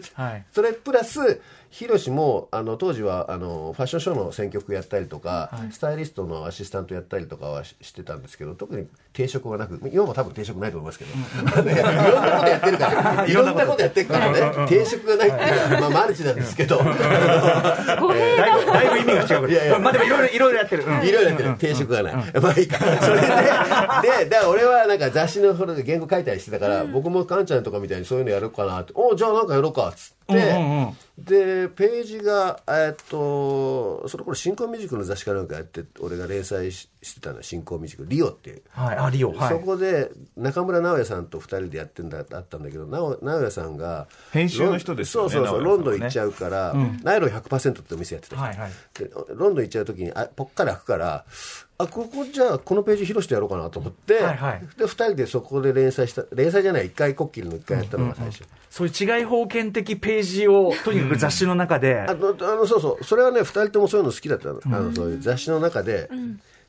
それプラスヒロシも当時はファッションショーの選曲やったりとか、スタイリストのアシスタントやったりとかはしてたんですけど、特に定職はなく、今も多分定職ないと思いますけど、いろんなことやってるからいろんなことやってるからね、定職がないっていうのは、マルチなんですけどだいぶ意味が違う。でもいろいろやってる、 いろいろやってる、定職がない、まあいいか。それでだから俺はなんか雑誌の原稿書いたりしてたから、僕もカンちゃんとかみたいにそういうのやろうかなって、じゃあなんかやろうかっつって、でページがその頃新興ミュージックの雑誌かなんかやって、俺が連載してたのは新興ミュージックリオっていう、 リオ、 そこで中村直也さんと2人でやってんだあったんだけど、直也さんが編集の人ですよね、 そうロンドン行っちゃうから、ナイロン 100% ってお店やってた、でロンドン行っちゃう時にぽっかり開くから、ここじゃあこのページ広してやろうかなと思って、で2人でそこで連載じゃない、一回こっきりの一回やったのが最初、 そういう違い封建的ページをとにかく雑誌の中で、 そうそれはね2人ともそういうの好きだったの、そういう雑誌の中で、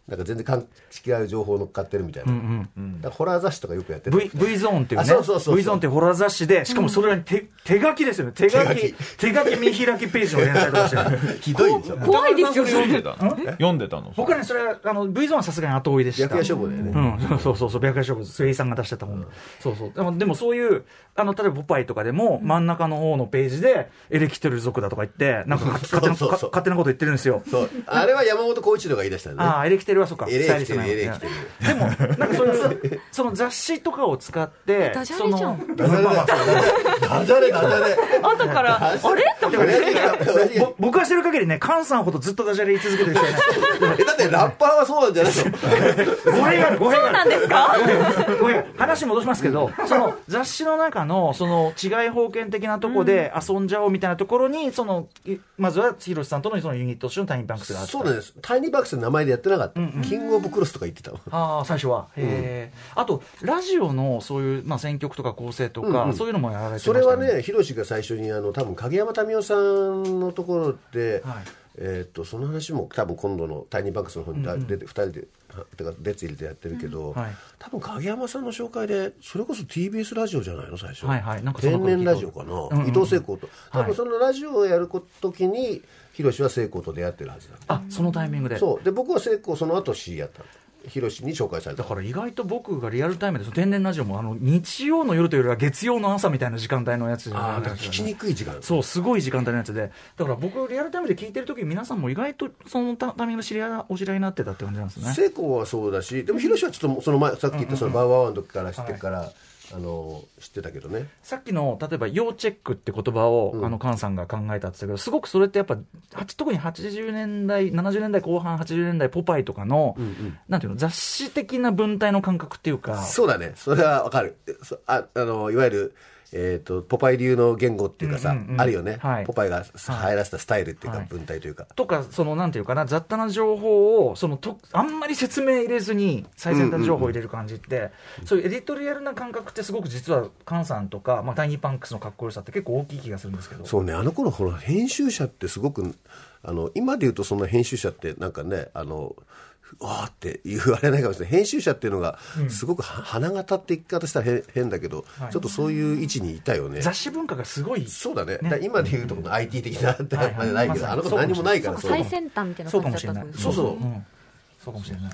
なんか全然違う情報乗っかってるみたいな、だからホラー雑誌とかよくやってる V ゾーンっていうね、 そう V ゾーンっていうホラー雑誌で、しかもそれが手書きですよね、手書き見開きページの連載とかしてるひどいでしょ。 怖いですよね。 読んでたの僕はね、それはV ゾーンはさすがに後追いでした。 白夜処方だよね、 そう白夜処方、水井さんが出してた本、でもそういう例えばポパイとかでも真ん中の方のページでエレキテル族だとか言ってなんか勝手なこと言ってるんですよ。 そうあれは山本浩一郎が言い出したんだね。 エレキテルはそうか、 エレキテルでもなんかそういうその雑誌とかを使ってダジャレじゃん。 ダジャレ後からあれと僕はしてる限りね、菅さんほどずっとダジャレ言い続けてる人いないだってラッパーはそうなんじゃないの。 語弊があるそうなんですか。 話戻しますけど、その雑誌の中のその違い封建的なところで遊んじゃおうみたいなところに、まずは広瀬さんとのそのユニットとしてのタイニーパンクスがあった。 そうなんです。タイニーパンクスの名前でやってなかった、キングオブクロスとか言ってたの。 最初は、あとラジオのそういう、選曲とか構成とか、そういうのもやられてましたね。 それはね、広瀬が最初に多分影山民生さんのところで、その話も多分今度のタイニーパンクスの方に2人で別入れてやってるけど、多分影山さんの紹介でそれこそ TBS ラジオじゃないの最初、天然ラジオかな、伊藤聖子と多分そのラジオをやる時に広瀬は聖子と出会ってるはずだ。 そのタイミングで。 そうで、僕は聖子その後知り合ったの、広瀬に紹介された。 だから意外と僕がリアルタイムで天然ラジオも日曜の夜というよりは月曜の朝みたいな時間帯のやつじゃないですか、 聞きにくい時間。 そう、すごい時間帯のやつで、だから僕リアルタイムで聞いてる時皆さんも意外とそのタイミングでお知り合いになってたって感じなんですね。 聖子はそうだし、でも広瀬はちょっとその前さっき言ったそのバウワーワンの時から知ってから、知ってたけどね。 さっきの例えば要チェックって言葉を、菅さんが考えたって言ったけど、すごくそれってやっぱ特に80年代70年代後半80年代ポパイとかの、なんていうの、雑誌的な文体の感覚っていうか。 そうだね、それはわかる。いわゆるポパイ流の言語っていうかさ、あるよね、ポパイが入らせたスタイルっていうか、文体というかとか、なんていうかな、雑多な情報をあんまり説明入れずに最先端情報を入れる感じって、そういうエディトリアルな感覚ってすごく実は菅さんとか、タイニーパンクスのかっこよさって結構大きい気がするんですけど。 そうね、頃ほら編集者ってすごく今で言うとそんな編集者ってなんかねわーって言われないかもしれない。編集者っていうのがすごく花形って言い方したら変だけど、ちょっとそういう位置にいたよね。 雑誌文化がすごい。 そうだね。今で言うとこの IT 的なってまでないけど、頃何もないから。 最先端みたいな感じだったんです。 そうかもしれない。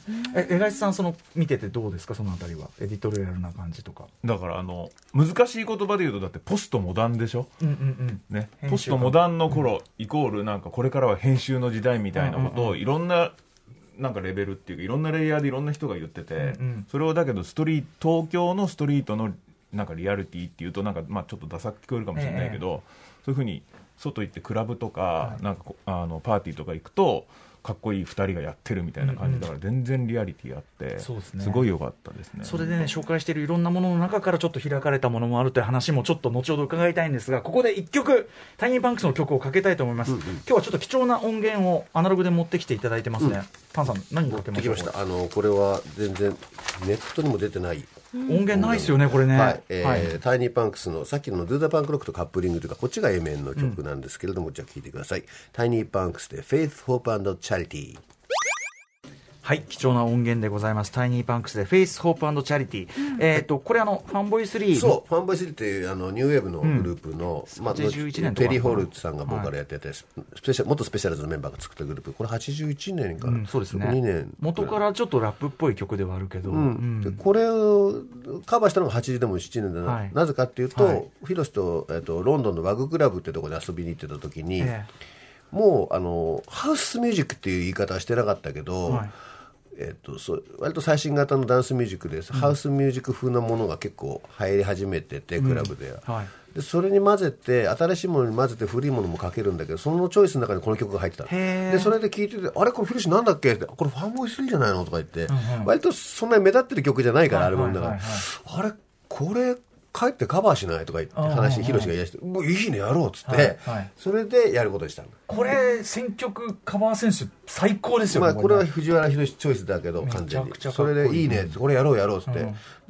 江頭さん見ててどうですか、そのあたりは。エディトリアルな感じとか。 だから難しい言葉で言うと、だってポストモダンでしょ、ね、ポストモダンの頃、イコールなんかこれからは編集の時代みたいなことをいろんななんかレベルっていうかいろんなレイヤーでいろんな人が言ってて、それをだけど東京のストリートのなんかリアリティっていうとなんかちょっとダサく聞こえるかもしれないけど、そういうふうに外行ってクラブとか、なんかパーティーとか行くとかっこいい2人がやってるみたいな感じだから、全然リアリティあって、すごい良かったですね。 それでね、紹介しているいろんなものの中からちょっと開かれたものもあるという話もちょっと後ほど伺いたいんですが、ここで1曲タイニーパンクスの曲をかけたいと思います。今日はちょっと貴重な音源をアナログで持ってきていただいてますね。パンさん何かけましょうか。 これは全然ネットにも出てない音源ないですよね、これね。 タイニーパンクスのさっきの Do the Punk Rock とカップリングというか、こっちが A 面の曲なんですけれども、じゃあ聴いてください。タイニーパンクスで Faith, Hope and Charity。 はい、貴重な音源でございます。タイニーパンクスで Faith, Hope and Charity。これファンボイ3。 そう、ファンボイ3っていうニューウェーブのグループの、 81年とかテリー・ホルツさんがボーカルやってて、元スペシャルズのメンバーが作ったグループ、これ81年から、 そうですね、 2年元からちょっとラップっぽい曲ではあるけど、 でこれをカバーしたのが80でも7年で、なぜかっていうと、ヒロシと、ロンドンのワグクラブってところで遊びに行ってた時に、もうハウスミュージックっていう言い方はしてなかったけど、割と最新型のダンスミュージックで、ハウスミュージック風なものが結構入り始めてて、クラブでは、でそれに混ぜて新しいものに混ぜて古いものもかけるんだけど、そのチョイスの中にこの曲が入ってた。でそれで聴いてて、あれこれフィルシなんだっけって、これファンボイ3じゃないのとか言って、割とそんなに目立ってる曲じゃないから、アルバムだから、あれこれ帰ってカバーしないとか言って話、ヒロシが言い出して、もういいねやろうっつって、それでやることにしたの。 これ選曲カバーセンス最高ですよね。 これは藤原ヒロシチョイスだけど、完全にそれでいいね、これやろうっつって、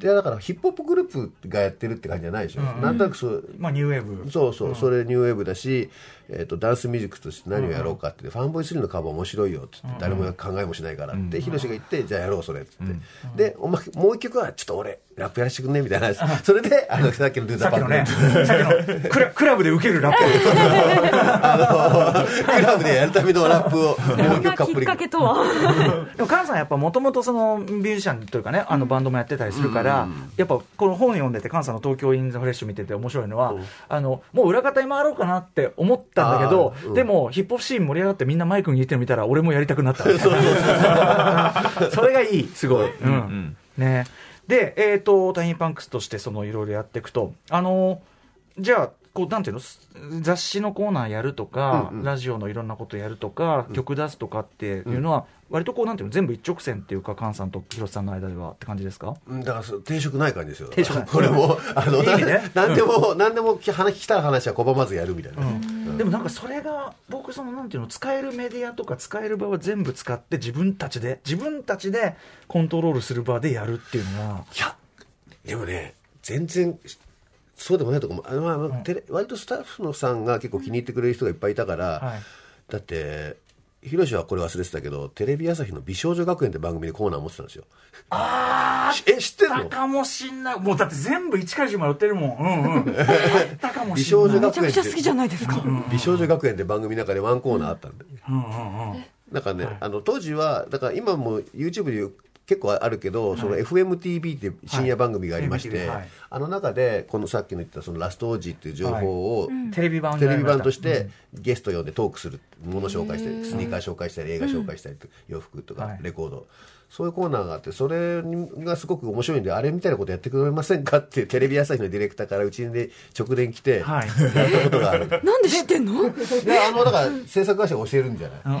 でだからヒップホップグループがやってるって感じじゃないでしょ、なんとなくそう、 まあニューウェーブ、 そうそう、それニューウェーブだし、ダンスミュージックとして何をやろうかって、ファンボイ3のカバー面白いよって言って、誰も考えもしないからってヒロシが言って、じゃあやろうそれって言って、でもう一曲はちょっと俺ラップやらせてくんねみたいな、それでさっきのドゥーザパンクね、 さっきのクラブで受けるラップクラブでやるためのラップをもう一曲カップリング。 きっかけとはでも菅さんやっぱもともとそのミュージシャンというかね、バンドもやってたりするから、やっぱこの本読んでて菅さんの東京インザフレッシュ見てて面白いのは、もう裏方に回ろうかなって思ったんだけど、でもヒップホップシーン盛り上がってみんなマイクに入れてみたら俺もやりたくなったそれがいい、すごい、ね。で、タイニーパンクスとしていろいろやっていくと、じゃあこうなんていうの、雑誌のコーナーやるとか、ラジオのいろんなことやるとか、曲出すとかっていうのは、割とこうなんていうの、全部一直線っていうか、菅さんと広瀬さんの間ではって感じですか？ だから定職ない感じですよ。 定職ない。 これも何でも来た話は拒まずやるみたいな。 でもなんかそれが僕なんていうの、使えるメディアとか使える場は全部使って自分たちでコントロールする場でやるっていうのは、 いやでもね、全然そうでもないとこも割とスタッフのさんが結構気に入ってくれる人がいっぱいいたから、だってヒロシはこれ忘れてたけど、テレビ朝日の美少女学園って番組でコーナー持ってたんですよ。知ってるの？ かもしんない。もうだって全部1から10まで売ってるもん。ったかもしんない。 美少女学園めちゃくちゃ好きじゃないですか。 美少女学園って番組の中でワンコーナーあったんで、なんかね、当時はだから今も YouTube で結構あるけど、その FMTV って深夜番組がありまして、あの中でこのさっきの言ったそのラストオージーっていう情報をテレビ版としてゲスト呼んでトークする、もの紹介したり、スニーカー紹介したり、映画紹介したり、洋服とかレコード、そういうコーナーがあって、それがすごく面白いんで、あれみたいなことやってくれませんかってテレビ朝日のディレクターからうちに直電来てやったことがある。 なんで知ってんの？ だから制作会社が教えるんじゃない？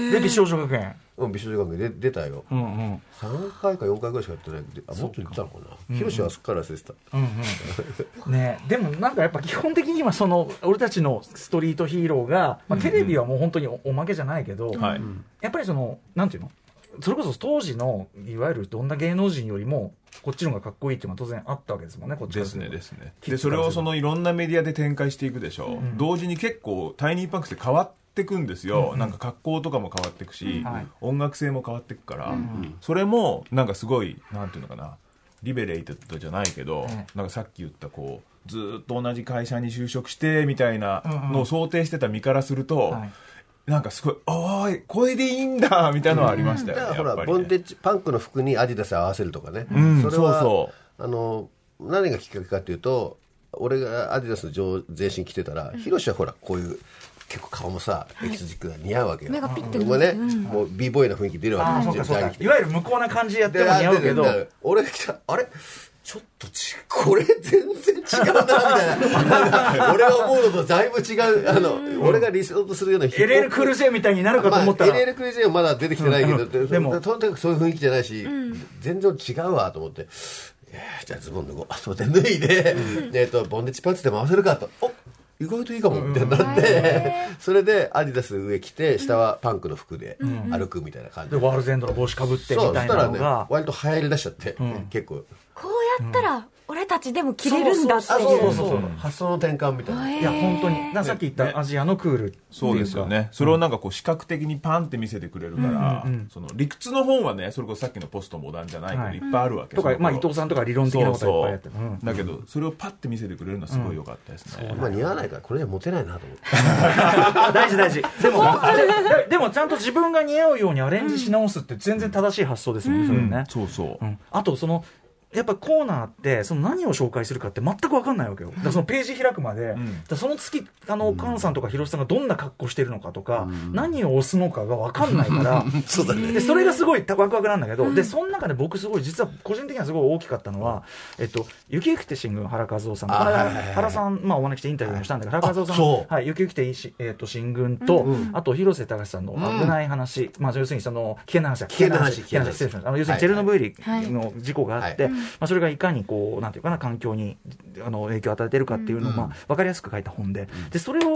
で美少女学園、 美少女学園で出たよ。3回か4回ぐらいしかやってない。もっと言ったのかな。ヒロシはすっかり忘れてた。 ね、でもなんかやっぱ基本的には俺たちのストリートヒーローが、テレビはもう本当におまけじゃないけど、やっぱりなんていうの、それこそ当時のいわゆるどんな芸能人よりもこっちの方がかっこいいっていうのは当然あったわけですもんね。こっちですね。でそれをいろんなメディアで展開していくでしょ、同時に結構タイニーパンクスって変わってくんですよ、なんか格好とかも変わってくし、音楽性も変わってくから、それもなんかすごいなんていうのかな、リベレイテッドじゃないけど、なんかさっき言ったこうずっと同じ会社に就職してみたいなのを想定してた身からすると、なんかすごい、おーいこれでいいんだみたいなのはありましたよね。 だからほら、ボンテッジパンクの服にアディダス合わせるとかね、それは何がきっかけかというと、俺がアディダスの全身着てたら、ヒロシはほらこういう結構顔もさエキスジックが似合うわけよ。 目がピッてるもうね、もう b ボーイな雰囲気出るわけですよ。 いわゆる向こうな感じやっても似合うけど、 俺が来たあれちょっとこれ全然違うなみたいな俺が思うのとだいぶ違う、俺が理想とするような LL クルージェみたいになるかと思ったら、 LL クルージェはまだ出てきてないけど、でもとにかくそういう雰囲気じゃないし、全然違うわと思って、じゃあズボン脱ごうと思って脱いで、ボンデッチパンツでも合わせるかと、意外といいかもみたいになって、それでアディダス上着て下はパンクの服で歩くみたいな感じで、ワールズエンドの帽子かぶってみたいなのが、 そしたらね割と流行りだしちゃって、結構こうやったら俺たちでも着れるんだっていう、 発想の転換みたいな。 いや本当にさっき言ったアジアのクール、 そうですよね。それをなんかこう視覚的にパンって見せてくれるから、その理屈の本はね、それこそさっきのポストモダンじゃないけどいっぱいあるわけとか、伊藤さんとか理論的なことがいっぱいあって、 だけどそれをパッて見せてくれるのはすごい良かったですね。 似合わないからこれじゃモテないなと思って大事でもちゃんと自分が似合うようにアレンジし直すって全然正しい発想ですもんね、それね。あとやっぱコーナーって何を紹介するかって全く分かんないわけよ。だからそのページ開くまで、その月菅さんとか広瀬さんがどんな格好してるのかとか、何を押すのかが分かんないからそうだね。 でそれがすごいワクワクなんだけど、でその中で僕すごい実は個人的にはすごい大きかったのは、ゆきゆきて新軍原和夫さん、原さん、お招きしてインタビューもしたんだけど、原和夫さん、ゆきゆきて新軍と、あと広瀬隆さんの危ない話、要するに危険な話、失礼しました。要するにチェルノブイリの事故があって、それがいかになんていうかな、環境に影響を与えているかっていうのを分かりやすく書いた本で、それを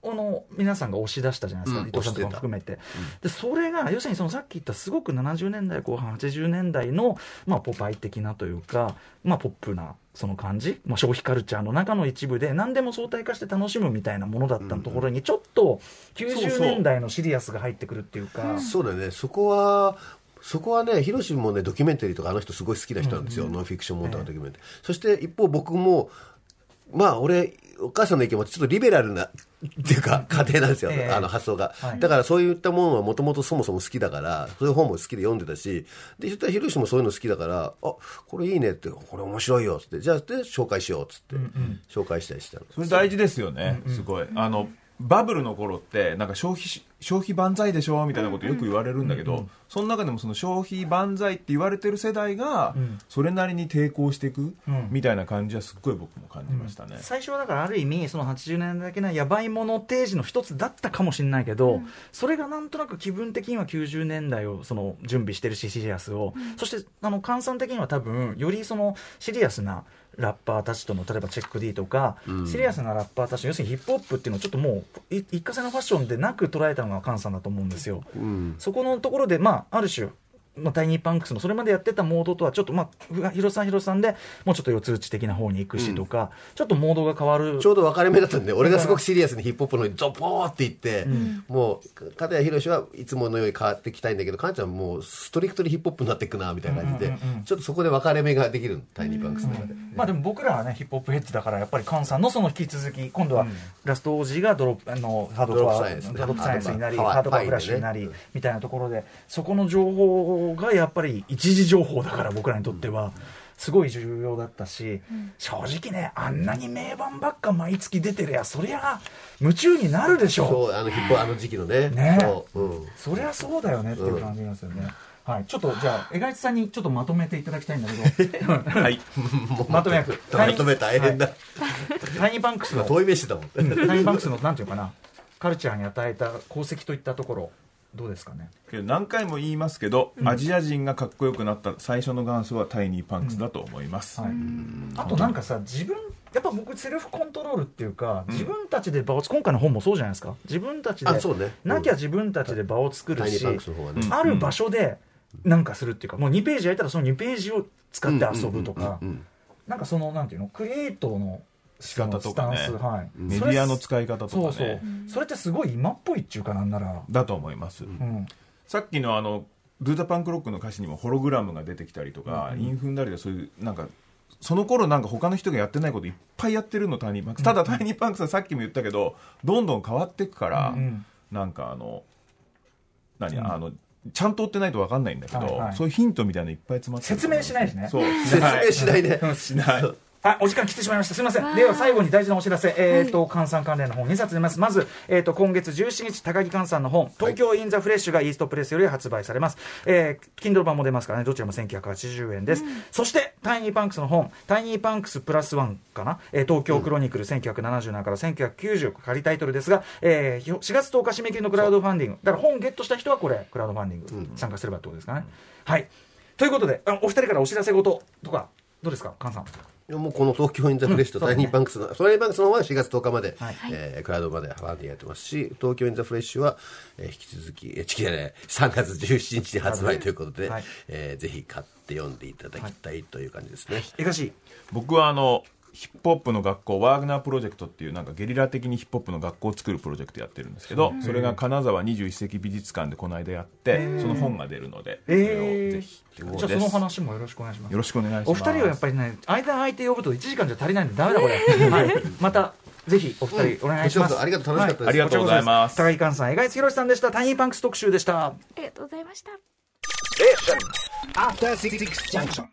皆さんが押し出したじゃないですか、 うん伊藤さんとかも含めて、でそれが要するにさっき言ったすごく70年代後半80年代の、ポパイ的なというか、ポップなその感じ、消費カルチャーの中の一部で何でも相対化して楽しむみたいなものだったところにちょっと90年代のシリアスが入ってくるっていうか、 そうだね、そこはね、ヒロシもね、ドキュメンタリーとかあの人すごい好きな人なんですよ、ノンフィクションものとかドキュメンタリー、そして一方僕も俺お母さんの意見もちょっとリベラルなっていうか家庭なんですよ、発想が、だからそういったものはもともとそもそも好きだから、そういう本も好きで読んでたし、でそしたらヒロシもそういうの好きだから、これいいねって、これ面白いよっつって、じゃあで紹介しようっつって、紹介したりしたの。 それ大事ですよね、すごい。バブルの頃ってなんか消費万歳でしょみたいなことよく言われるんだけど、その中でもその消費万歳って言われてる世代がそれなりに抵抗していくみたいな感じはすっごい僕も感じましたね、 最初はだからある意味その80年代的なやばいもの提示の一つだったかもしれないけど、それがなんとなく気分的には90年代をその準備してるしシリアスを、そして換算的には多分よりそのシリアスなラッパーたちとの例えばチェック D とか、シリアスなラッパーたち、要するにヒップホップっていうのをちょっともう一過性のファッションでなく捉えたのが菅さんだと思うんですよ、そこのところである種タイニーパンクスのそれまでやってたモードとはちょっとヒロさんでもうちょっと四つ打ち的な方に行くしとか、ちょっとモードが変わる、 ちょうど分かれ目だったんで、俺がすごくシリアスにヒップホップの方にゾポーっていって、もう片やヒロシはいつものように変わっていきたいんだけど、カンちゃんもうストリクトにヒップホップになっていくなみたいな感じで、ちょっとそこで分かれ目ができるタイニーパンクスの中で、 でも僕らはねヒップホップヘッズだからやっぱり菅さんのその引き続き今度はラスト王子がハードコアサイエンスになりハードコアフラッシュになりみたいなところで、そこの情報がやっぱり一時情報だから僕らにとってはすごい重要だったし、正直ねあんなに名盤ばっか毎月出てりゃそりゃ夢中になるでしょ。 そうヒップあの時期のねそりゃそうだよねっていう感じなんですよね、ちょっとじゃあ江頭さんにちょっとまとめていただきたいんだけどはいまとめ役まとめ大変だ、 タイニーパンクスの遠い飯だもんタイニーパンクスのなんていうかなカルチャーに与えた功績といったところどうですかね。 何回も言いますけど、アジア人がかっこよくなった最初の元祖はタイニーパンクスだと思います、 あとなんかさやっぱ僕セルフコントロールっていうか、自分たちで場を今回の本もそうじゃないですか、自分たちでなきゃ自分たちで場を作るし、ある場所でなんかするっていうか、もう2ページやったらその2ページを使って遊ぶとか、なんかそのなんていうのクリエイトの仕方とかね、メディィアの使い方とかね、 それってすごい今っぽいっていうかなんならだと思います、さっきのドゥ・ザ・パンクロックの歌詞にもホログラムが出てきたりとか、インフンダリとかそういうなんかその頃なんか他の人がやってないこといっぱいやってるのタイニーパンクス、ただタイニーパンクスはさっきも言ったけどどんどん変わっていくから、なんかちゃんと追ってないと分かんないんだけど、そういうヒントみたいなのいっぱい詰まってる。 説明しないしね。 そう説明しないでしない。 お時間来てしまいました。すみません。では最後に大事なお知らせ。菅さん関連の本2冊出ます。まず、今月17日、高木菅さんの本、東京インザフレッシュがイーストプレスより発売されます。Kindle 版も出ますからね、どちらも1980円です。そして、タイニーパンクスの本、タイニーパンクスプラスワンかな、東京クロニクル1977から1990、仮タイトルですが、4月10日締め切りのクラウドファンディング。だから本ゲットした人はこれ、クラウドファンディング参加すればってことですかね。はい。ということで、お二人からお知らせ事とか、どうですか、菅さん。 もうこの東京インザフレッシュとタイニーパンクスの、タイニーパンクスの方は4月10日まで、クラウドまでファンディングやってますし、東京インザフレッシュは、引き続き、3月17日に発売ということで、ぜひ買って読んでいただきたいという感じですね。 僕はヒップホップの学校ワーグナープロジェクトっていうなんかゲリラ的にヒップホップの学校を作るプロジェクトやってるんですけど、それが金沢21世紀美術館でこの間やって、その本が出るので、ぜひ。 じゃあその話もよろしくお願いします。 よろしくお願いします。 お二人はやっぱりね、間空いて呼ぶと1時間じゃ足りないんでダメだこれ。またぜひお二人お願いします。 ありがとう、楽しかったです。 ありがとうございます。 高木寛さん、江頭博さんでした。タイニーパンクス特集でした。 ありがとうございました。